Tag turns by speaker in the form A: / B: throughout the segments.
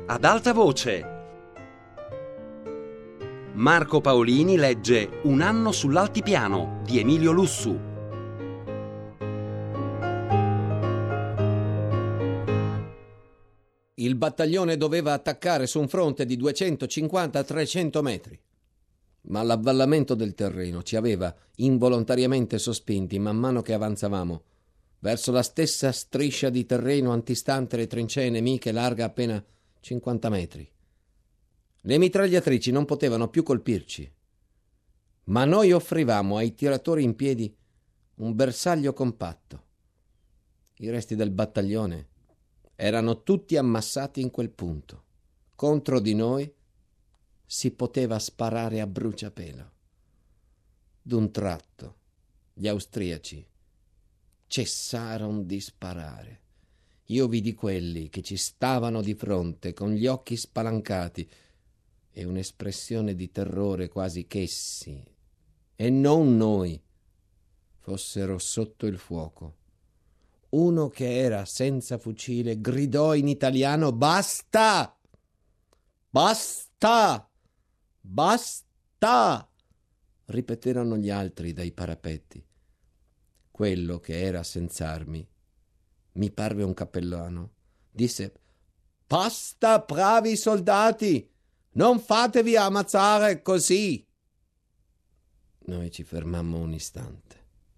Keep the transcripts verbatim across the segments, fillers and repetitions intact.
A: ad alta voce. Marco Paolini legge Un anno sull'altipiano di Emilio Lussu.
B: Il battaglione doveva attaccare su un fronte di duecentocinquanta trecento metri, ma l'avvallamento del terreno ci aveva involontariamente sospinti man mano che avanzavamo verso la stessa striscia di terreno antistante le trincee nemiche, larga appena cinquanta metri. Le mitragliatrici non potevano più colpirci, ma noi offrivamo ai tiratori in piedi un bersaglio compatto. I resti del battaglione erano tutti ammassati in quel punto. Contro di noi si poteva sparare a bruciapelo. D'un tratto gli austriaci cessarono di sparare. Io vidi quelli che ci stavano di fronte con gli occhi spalancati e un'espressione di terrore quasi che essi, e non noi, fossero sotto il fuoco. Uno che era senza fucile gridò in italiano: «Basta! Basta! Basta!» Ripeterono gli altri dai parapetti. Quello che era senz'armi, mi parve un cappellano, disse: «Basta, bravi soldati! Non fatevi ammazzare così!» Noi ci fermammo un istante.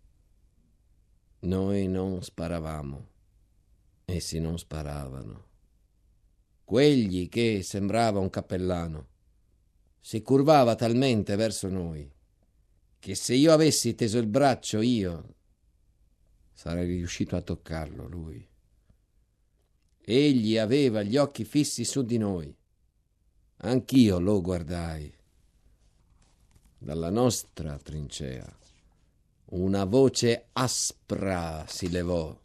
B: Noi non sparavamo, essi non sparavano. Quegli che sembrava un cappellano si curvava talmente verso noi che se io avessi teso il braccio io sarei riuscito a toccarlo lui. Egli aveva gli occhi fissi su di noi. Anch'io lo guardai. Dalla nostra trincea una voce aspra si levò: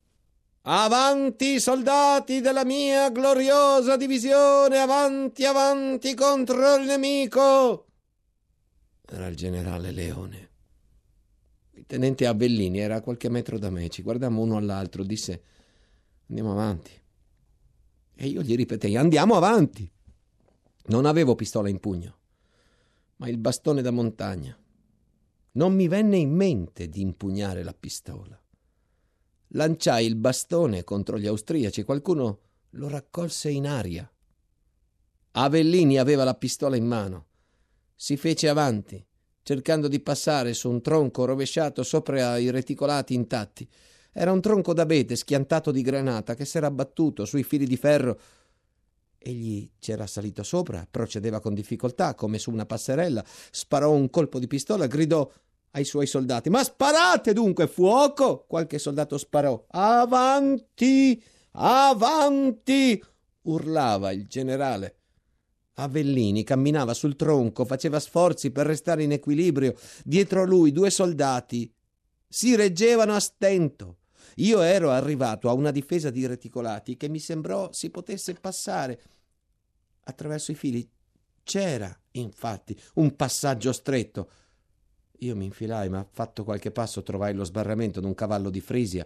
B: «Avanti, soldati della mia gloriosa divisione! Avanti, avanti contro il nemico!» Era il generale Leone. Il tenente Avellini era a qualche metro da me. Ci guardammo uno all'altro. Disse: «Andiamo avanti». E io gli ripetei: «Andiamo avanti». Non avevo pistola in pugno, ma il bastone da montagna. Non mi venne in mente di impugnare la pistola. Lanciai il bastone contro gli austriaci. Qualcuno lo raccolse in aria. Avellini aveva la pistola in mano. Si fece avanti, cercando di passare su un tronco rovesciato sopra i reticolati intatti. Era un tronco d'abete schiantato di granata che s'era abbattuto sui fili di ferro. Egli c'era salito sopra, procedeva con difficoltà, come su una passerella, sparò un colpo di pistola, gridò ai suoi soldati: «Ma sparate dunque, fuoco!» Qualche soldato sparò. «Avanti! Avanti!» urlava il generale. Avellini camminava sul tronco, faceva sforzi per restare in equilibrio. Dietro a lui due soldati si reggevano a stento. Io ero arrivato a una difesa di reticolati che mi sembrò si potesse passare attraverso i fili. C'era, infatti, un passaggio stretto. Io mi infilai, ma fatto qualche passo trovai lo sbarramento d'un cavallo di Frisia.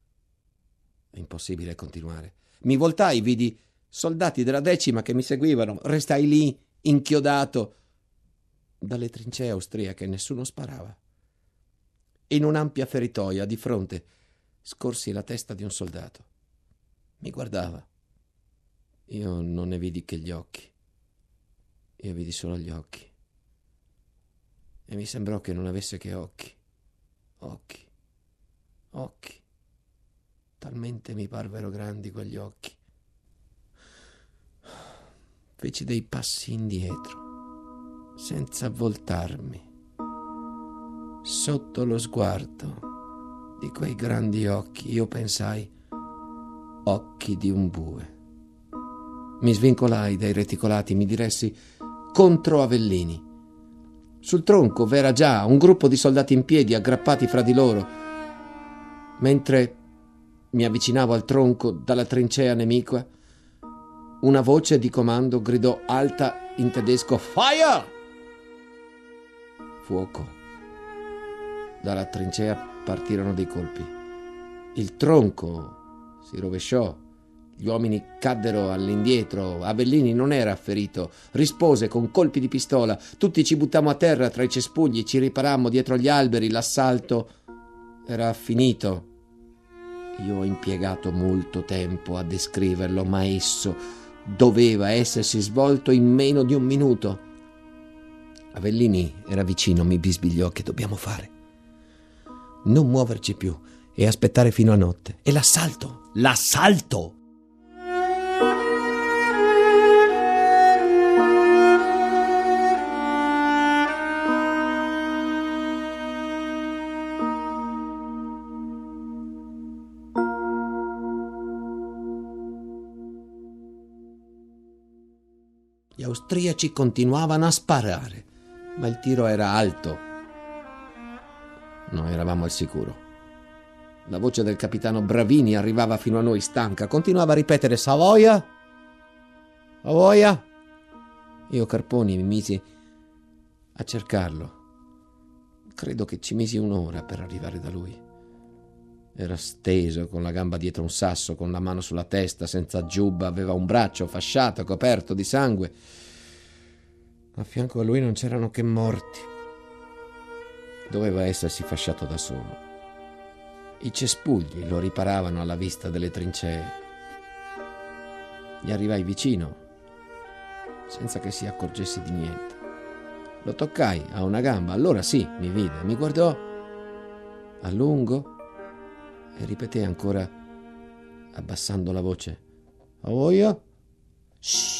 B: È impossibile continuare. Mi voltai, vidi soldati della decima che mi seguivano. Restai lì, inchiodato. Dalle trincee austriache nessuno sparava. In un'ampia feritoia di fronte scorsi la testa di un soldato. Mi guardava. Io non ne vidi che gli occhi. Io vidi solo gli occhi. E mi sembrò che non avesse che occhi. Occhi. Occhi. Talmente mi parvero grandi quegli occhi. Feci dei passi indietro, senza voltarmi. Sotto lo sguardo di quei grandi occhi io pensai: occhi di un bue. Mi svincolai dai reticolati, mi diressi contro Avellini. Sul tronco v'era già un gruppo di soldati in piedi, aggrappati fra di loro. Mentre mi avvicinavo al tronco dalla trincea nemica, una voce di comando gridò alta in tedesco: «Fire!» Fuoco. Dalla trincea partirono dei colpi. Il tronco si rovesciò, Gli uomini caddero all'indietro. Avellini non era ferito. Rispose con colpi di pistola. Tutti ci buttammo a terra tra i cespugli, ci riparammo dietro gli alberi. L'assalto era finito. Io ho impiegato molto tempo a descriverlo, ma esso doveva essersi svolto in meno di un minuto. Avellini era vicino, mi bisbigliò: che dobbiamo fare? Non muoverci più e aspettare fino a notte. E l'assalto? L'assalto! Gli austriaci continuavano a sparare, ma il tiro era alto. Noi eravamo al sicuro. La voce del capitano Bravini arrivava fino a noi stanca. Continuava a ripetere: Savoia? Savoia? Io, Carponi, mi misi a cercarlo. Credo che ci misi un'ora per arrivare da lui. Era steso, con la gamba dietro un sasso, con la mano sulla testa, senza giubba, aveva un braccio fasciato, coperto di sangue. A fianco a lui non c'erano che morti. Doveva essersi fasciato da solo. I cespugli lo riparavano alla vista delle trincee. Gli arrivai vicino, senza che si accorgesse di niente. Lo toccai a una gamba, allora sì, mi vide, mi guardò a lungo e ripeté ancora, abbassando la voce: Savoia? Shhh.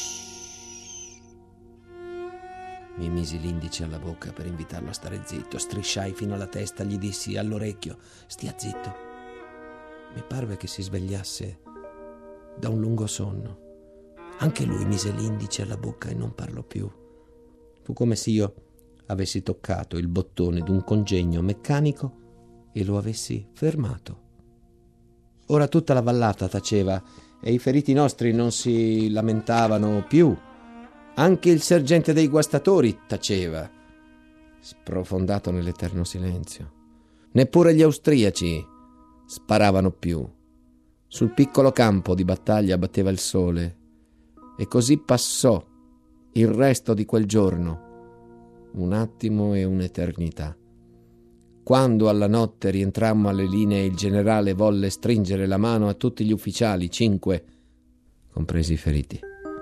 B: Mi misi l'indice alla bocca per invitarlo a stare zitto. Strisciai fino alla testa, gli dissi all'orecchio: stia zitto. Mi parve che si svegliasse da un lungo sonno. Anche lui mise l'indice alla bocca e non parlò più. Fu come se io avessi toccato il bottone d'un congegno meccanico e lo avessi fermato. Ora tutta la vallata taceva e i feriti nostri non si lamentavano più. Anche il sergente dei guastatori taceva, sprofondato nell'eterno silenzio. Neppure gli austriaci sparavano più. Sul piccolo campo di battaglia batteva il sole e così passò il resto di quel giorno, un attimo e un'eternità. Quando alla notte rientrammo alle linee, il generale volle stringere la mano a tutti gli ufficiali, cinque, compresi i feriti.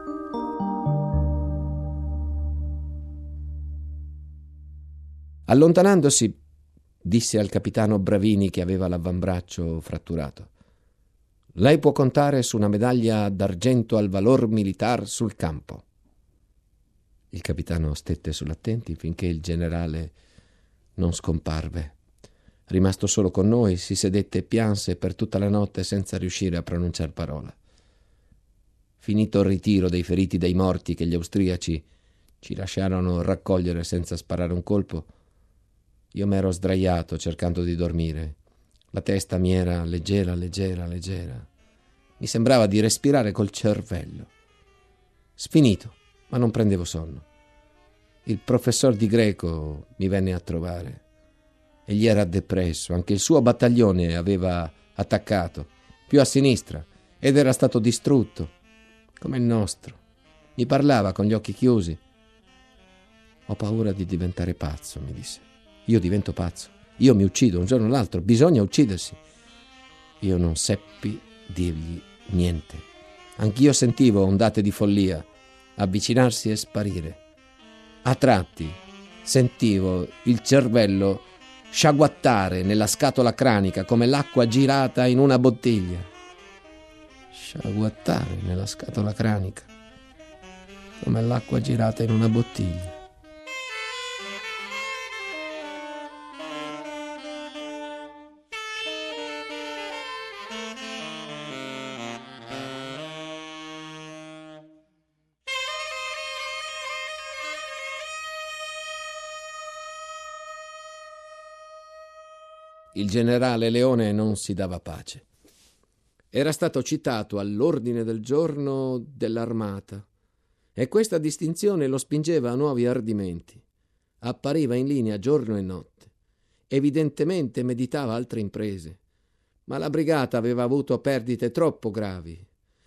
B: Allontanandosi, disse al capitano Bravini, che aveva l'avambraccio fratturato: lei può contare su una medaglia d'argento al valor militar sul campo. Il capitano stette sull'attenti finché il generale non scomparve. Rimasto solo con noi, si sedette e pianse per tutta la notte senza riuscire a pronunciar parola. Finito il ritiro dei feriti dei morti che gli austriaci ci lasciarono raccogliere senza sparare un colpo, io m'ero sdraiato cercando di dormire. La testa mi era leggera, leggera, leggera. Mi sembrava di respirare col cervello. Sfinito, ma non prendevo sonno. Il professor di greco mi venne a trovare. Egli era depresso, anche il suo battaglione aveva attaccato, più a sinistra, ed era stato distrutto, come il nostro. Mi parlava con gli occhi chiusi. Ho paura di diventare pazzo, mi disse. Io divento pazzo, io mi uccido un giorno o l'altro, bisogna uccidersi. Io non seppi dirgli niente. Anch'io sentivo ondate di follia avvicinarsi e sparire. A tratti sentivo il cervello sciaguattare nella scatola cranica come l'acqua girata in una bottiglia. Sciaguattare nella scatola cranica come l'acqua girata in una bottiglia. Il generale Leone non si dava pace. Era stato citato all'ordine del giorno dell'armata e questa distinzione lo spingeva a nuovi ardimenti. Appariva in linea giorno e notte. Evidentemente meditava altre imprese, ma la brigata aveva avuto perdite troppo gravi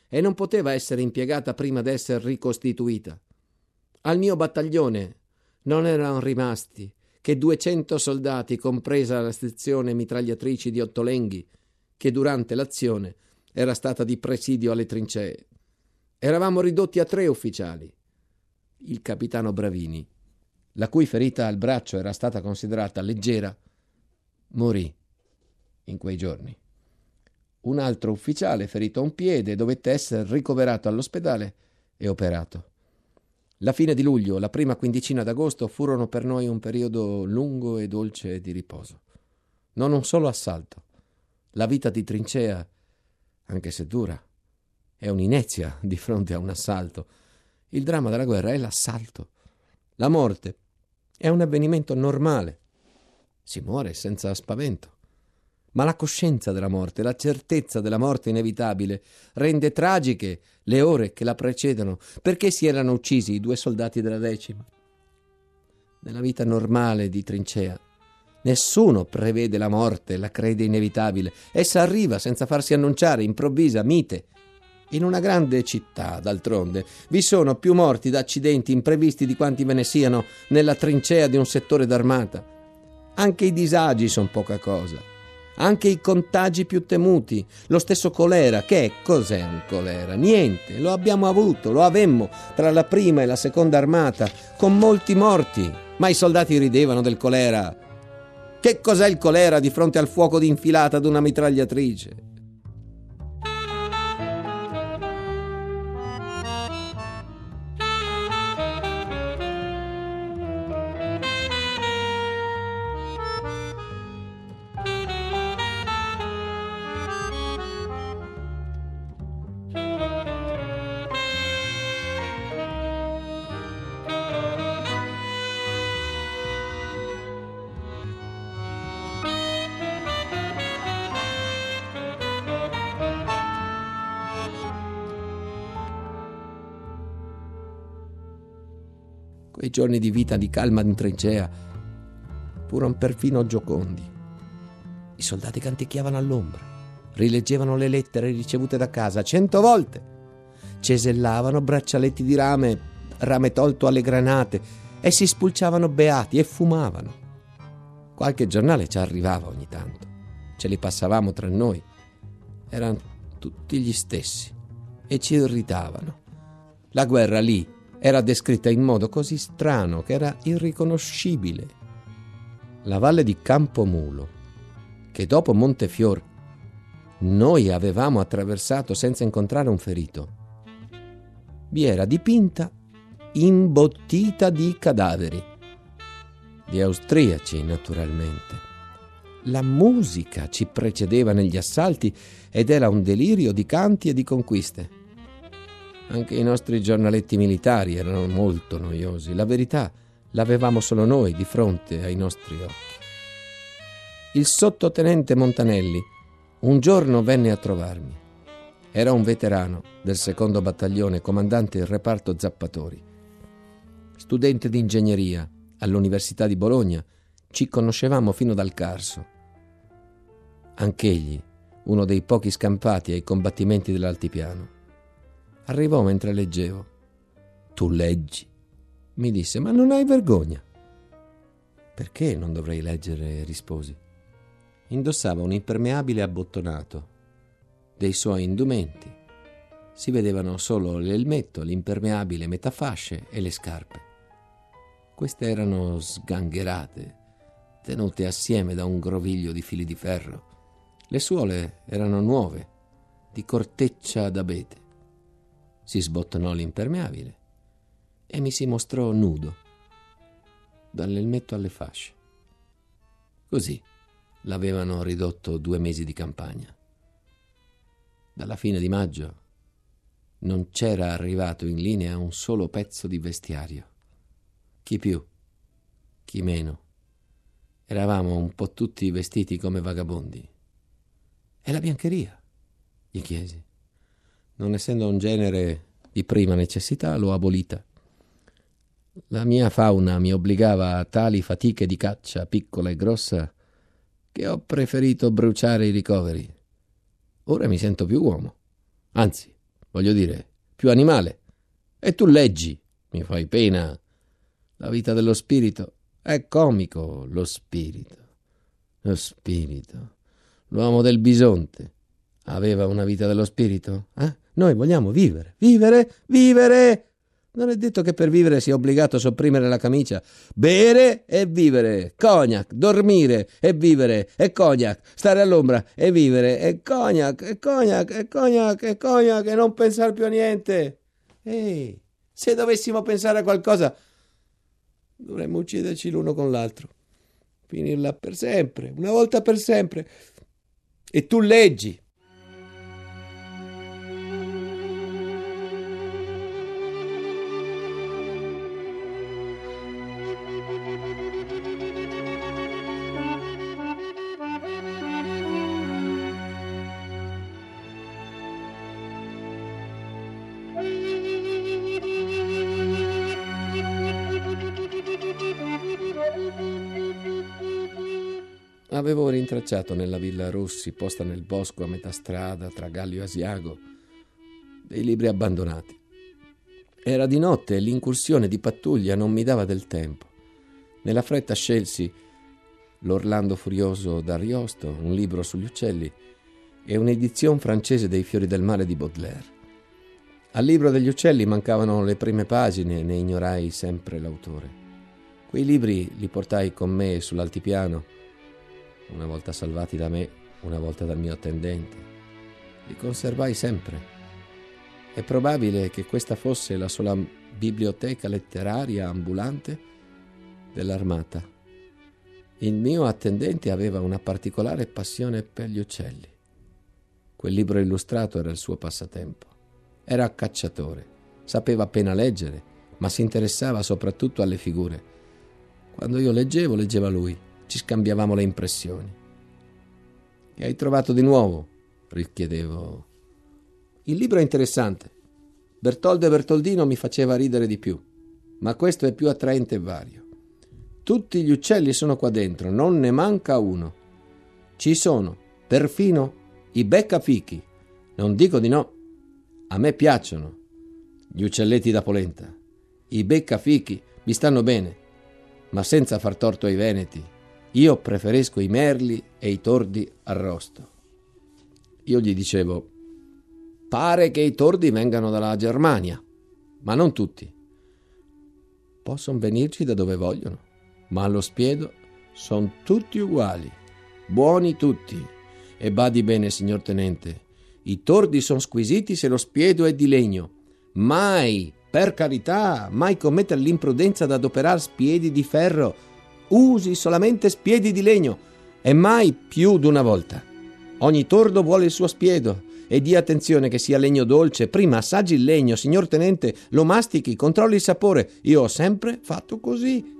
B: e non poteva essere impiegata prima d'essere ricostituita. Al mio battaglione non erano rimasti che duecento soldati, compresa la sezione mitragliatrici di Ottolenghi, che durante l'azione era stata di presidio alle trincee. Eravamo ridotti a tre ufficiali. Il capitano Bravini, la cui ferita al braccio era stata considerata leggera, morì in quei giorni. Un altro ufficiale, ferito a un piede, dovette essere ricoverato all'ospedale e operato. La fine di luglio, la prima quindicina d'agosto furono per noi un periodo lungo e dolce di riposo. Non un solo assalto. La vita di trincea, anche se dura, è un'inezia di fronte a un assalto. Il dramma della guerra è l'assalto. La morte è un avvenimento normale. Si muore senza spavento. Ma la coscienza della morte, la certezza della morte inevitabile, rende tragiche le ore che la precedono. Perché si erano uccisi i due soldati della decima? Nella vita normale di trincea nessuno prevede la morte, la crede inevitabile. Essa arriva senza farsi annunciare, improvvisa, mite. In una grande città, d'altronde, vi sono più morti da accidenti imprevisti di quanti ve ne siano nella trincea di un settore d'armata. Anche i disagi sono poca cosa. Anche i contagi più temuti, lo stesso colera. Che cos'è un colera? Niente, lo abbiamo avuto, lo avemmo tra la prima e la seconda armata, con molti morti, ma i soldati ridevano del colera. Che cos'è il colera di fronte al fuoco di infilata d'una mitragliatrice? Quei giorni di vita di calma in trincea furono perfino giocondi. I soldati canticchiavano all'ombra, rileggevano le lettere ricevute da casa cento volte, cesellavano braccialetti di rame, rame tolto alle granate, e si spulciavano beati e fumavano. Qualche giornale ci arrivava ogni tanto, ce li passavamo tra noi. Erano tutti gli stessi e ci irritavano. La guerra lì era descritta in modo così strano che era irriconoscibile. La valle di Campomulo, che dopo Montefiore noi avevamo attraversato senza incontrare un ferito, vi era dipinta imbottita di cadaveri, di austriaci naturalmente. La musica ci precedeva negli assalti ed era un delirio di canti e di conquiste. Anche i nostri giornaletti militari erano molto noiosi. La verità l'avevamo solo noi di fronte ai nostri occhi. Il sottotenente Montanelli un giorno venne a trovarmi. Era un veterano del secondo battaglione, comandante il reparto zappatori. Studente di ingegneria all'Università di Bologna, ci conoscevamo fino dal Carso. Anch'egli, uno dei pochi scampati ai combattimenti dell'altipiano. Arrivò mentre leggevo. Tu leggi? Mi disse, ma non hai vergogna? Perché non dovrei leggere? Risposi. Indossava un impermeabile abbottonato. Dei suoi indumenti si vedevano solo l'elmetto, l'impermeabile, metà fasce e le scarpe. Queste erano sgangherate, tenute assieme da un groviglio di fili di ferro. Le suole erano nuove, di corteccia d'abete. Si sbottonò l'impermeabile e mi si mostrò nudo, dall'elmetto alle fasce. Così l'avevano ridotto due mesi di campagna. Dalla fine di maggio non c'era arrivato in linea un solo pezzo di vestiario. Chi più, chi meno. Eravamo un po' tutti vestiti come vagabondi. E la biancheria? Gli chiesi. Non essendo un genere di prima necessità, l'ho abolita. La mia fauna mi obbligava a tali fatiche di caccia piccola e grossa che ho preferito bruciare i ricoveri. Ora mi sento più uomo. Anzi, voglio dire, più animale. E tu leggi, mi fai pena. La vita dello spirito è comico, lo spirito. Lo spirito. L'uomo del bisonte aveva una vita dello spirito? Eh? Noi vogliamo vivere, vivere, vivere. Non è detto che per vivere sia obbligato a sopprimere la camicia. Bere e vivere, cognac, dormire e vivere, e cognac, stare all'ombra e vivere, e cognac, e cognac, e cognac, e cognac, e non pensare più a niente. Ehi, se dovessimo pensare a qualcosa, dovremmo ucciderci l'uno con l'altro, finirla per sempre, una volta per sempre. E tu leggi. Avevo rintracciato nella villa Rossi, posta nel bosco a metà strada tra Gallio e Asiago, dei libri abbandonati. Era di notte e l'incursione di pattuglia non mi dava del tempo. Nella fretta scelsi L'Orlando Furioso d'Ariosto, un libro sugli uccelli, e un'edizione francese dei Fiori del mare di Baudelaire. Al libro degli uccelli mancavano le prime pagine e ne ignorai sempre l'autore. Quei libri li portai con me sull'altipiano, una volta salvati da me, una volta dal mio attendente. Li conservai sempre. È probabile che questa fosse la sola biblioteca letteraria ambulante dell'armata. Il mio attendente aveva una particolare passione per gli uccelli. Quel libro illustrato era il suo passatempo. Era cacciatore, sapeva appena leggere, ma si interessava soprattutto alle figure. Quando io leggevo, leggeva lui. Ci scambiavamo le impressioni. Che hai trovato di nuovo? Richiedevo. Il libro è interessante. Bertoldo e Bertoldino mi faceva ridere di più, ma questo è più attraente e vario. Tutti gli uccelli sono qua dentro, non ne manca uno. Ci sono perfino i beccafichi. Non dico di no. A me piacciono gli uccelletti da polenta. I beccafichi mi stanno bene, ma senza far torto ai veneti. Io preferisco i merli e i tordi arrosto. Io gli dicevo, pare che i tordi vengano dalla Germania, ma non tutti. Possono venirci da dove vogliono, ma allo spiedo sono tutti uguali, buoni tutti. E badi bene, signor tenente, i tordi sono squisiti se lo spiedo è di legno. Mai, per carità, mai commettere l'imprudenza ad adoperare spiedi di ferro. Usi solamente spiedi di legno, e mai più d'una volta. Ogni tordo vuole il suo spiedo, e dia attenzione che sia legno dolce. Prima assaggi il legno, signor tenente, lo mastichi, controlli il sapore. Io ho sempre fatto così.